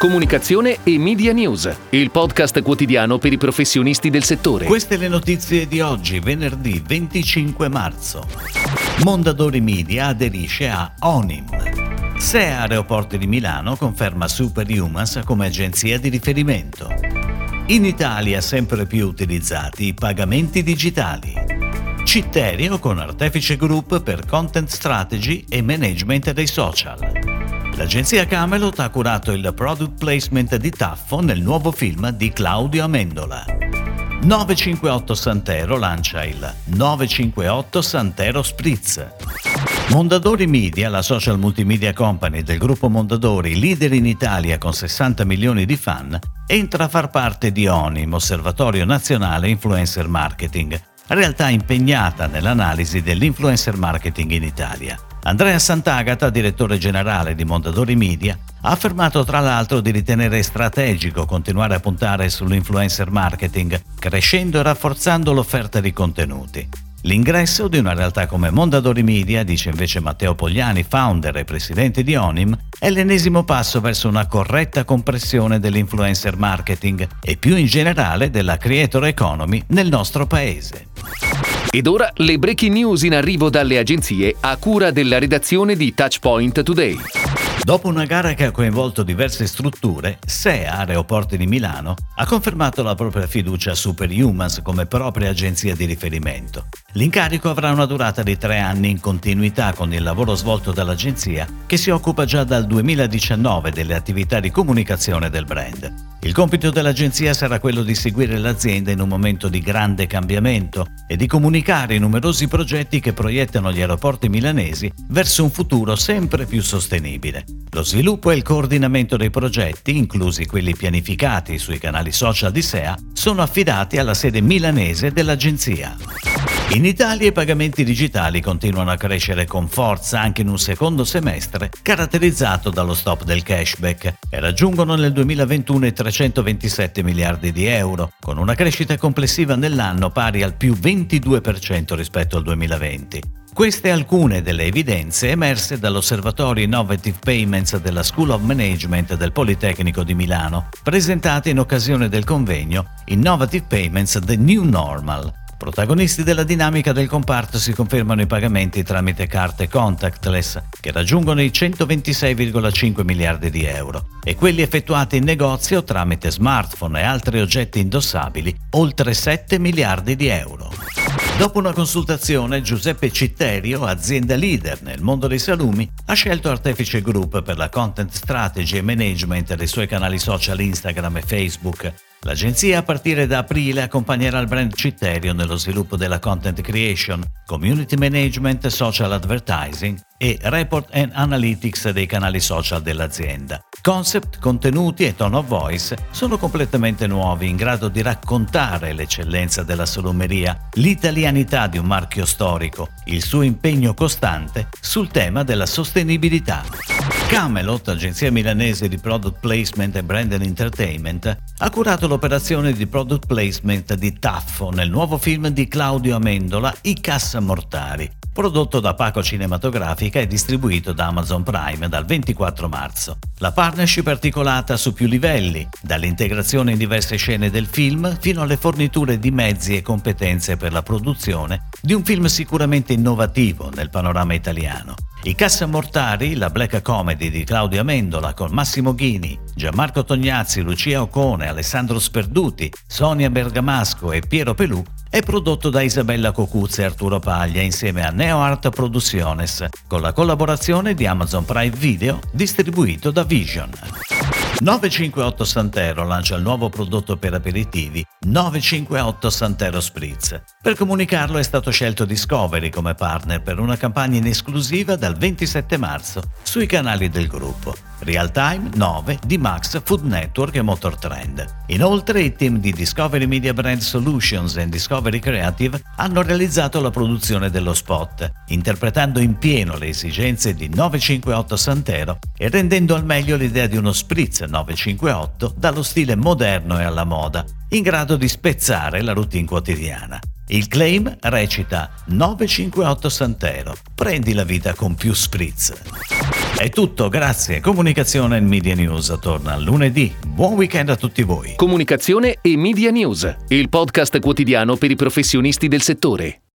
comunicazione e media news, il podcast quotidiano per i professionisti del settore. Queste le notizie di oggi, venerdì 25 marzo. Mondadori Media aderisce a Onim. SEA Aeroporti di Milano conferma Superhumans come agenzia di riferimento. In Italia sempre più utilizzati i pagamenti digitali. Citterio con Artefice Group per content strategy e management dei social. L'agenzia Camelot ha curato il product placement di Taffo nel nuovo film di Claudio Amendola. 958 Santero lancia il 958 Santero Spritz. Mondadori Media, la social multimedia company del gruppo Mondadori, leader in Italia con 60 milioni di fan, entra a far parte di Onim, Osservatorio Nazionale Influencer Marketing, realtà impegnata nell'analisi dell'influencer marketing in Italia. Andrea Sant'Agata, direttore generale di Mondadori Media, ha affermato tra l'altro di ritenere strategico continuare a puntare sull'influencer marketing, crescendo e rafforzando l'offerta di contenuti. L'ingresso di una realtà come Mondadori Media, dice invece Matteo Pogliani, founder e presidente di Onim, è l'ennesimo passo verso una corretta compressione dell'influencer marketing e più in generale della creator economy nel nostro paese. Ed ora le breaking news in arrivo dalle agenzie a cura della redazione di Touchpoint Today. Dopo una gara che ha coinvolto diverse strutture, SEA Aeroporti di Milano ha confermato la propria fiducia a Superhumans come propria agenzia di riferimento. L'incarico avrà una durata di 3 anni in continuità con il lavoro svolto dall'agenzia, che si occupa già dal 2019 delle attività di comunicazione del brand. Il compito dell'agenzia sarà quello di seguire l'azienda in un momento di grande cambiamento e di comunicare i numerosi progetti che proiettano gli aeroporti milanesi verso un futuro sempre più sostenibile. Lo sviluppo e il coordinamento dei progetti, inclusi quelli pianificati sui canali social di SEA, sono affidati alla sede milanese dell'agenzia. In Italia i pagamenti digitali continuano a crescere con forza anche in un secondo semestre caratterizzato dallo stop del cashback e raggiungono nel 2021 i 327 miliardi di euro, con una crescita complessiva nell'anno pari al più 22% rispetto al 2020. Queste alcune delle evidenze emerse dall'Osservatorio Innovative Payments della School of Management del Politecnico di Milano, presentate in occasione del convegno Innovative Payments The New Normal. Protagonisti della dinamica del comparto si confermano i pagamenti tramite carte contactless, che raggiungono i 126,5 miliardi di euro, e quelli effettuati in negozio tramite smartphone e altri oggetti indossabili, oltre 7 miliardi di euro. Dopo una consultazione, Giuseppe Citterio, azienda leader nel mondo dei salumi, ha scelto Artefice Group per la content strategy e management dei suoi canali social Instagram e Facebook. L'agenzia a partire da aprile accompagnerà il brand Citterio nello sviluppo della content creation, community management, social advertising e report and analytics dei canali social dell'azienda. Concept, contenuti e tone of voice sono completamente nuovi, in grado di raccontare l'eccellenza della salumeria, l'italianità di un marchio storico, il suo impegno costante sul tema della sostenibilità. Camelot, agenzia milanese di product placement e brand and entertainment, ha curato l'operazione di product placement di Taffo nel nuovo film di Claudio Amendola, I Cassamortari, prodotto da Paco Cinematografica e distribuito da Amazon Prime dal 24 marzo. La partnership è articolata su più livelli, dall'integrazione in diverse scene del film fino alle forniture di mezzi e competenze per la produzione di un film sicuramente innovativo nel panorama italiano. I Cassamortari, la black comedy di Claudio Amendola con Massimo Ghini, Gianmarco Tognazzi, Lucia Ocone, Alessandro Sperduti, Sonia Bergamasco e Piero Pelù, è prodotto da Isabella Cocuzza e Arturo Paglia insieme a NeoArt Producciones, con la collaborazione di Amazon Prime Video, distribuito da Vision. 958 Santero lancia il nuovo prodotto per aperitivi 958 Santero Spritz. Per comunicarlo è stato scelto Discovery come partner per una campagna in esclusiva dal 27 marzo sui canali del gruppo. Real Time 9 di Max, Food Network e Motor Trend. Inoltre i team di Discovery Media Brand Solutions e Discovery Creative hanno realizzato la produzione dello spot, interpretando in pieno le esigenze di 958 Santero e rendendo al meglio l'idea di uno spritz 958 dallo stile moderno e alla moda, in grado di spezzare la routine quotidiana. Il claim recita 958 Santero. Prendi la vita con più spritz. È tutto, grazie. Comunicazione e Media News torna lunedì. Buon weekend a tutti voi. Comunicazione e Media News, il podcast quotidiano per i professionisti del settore.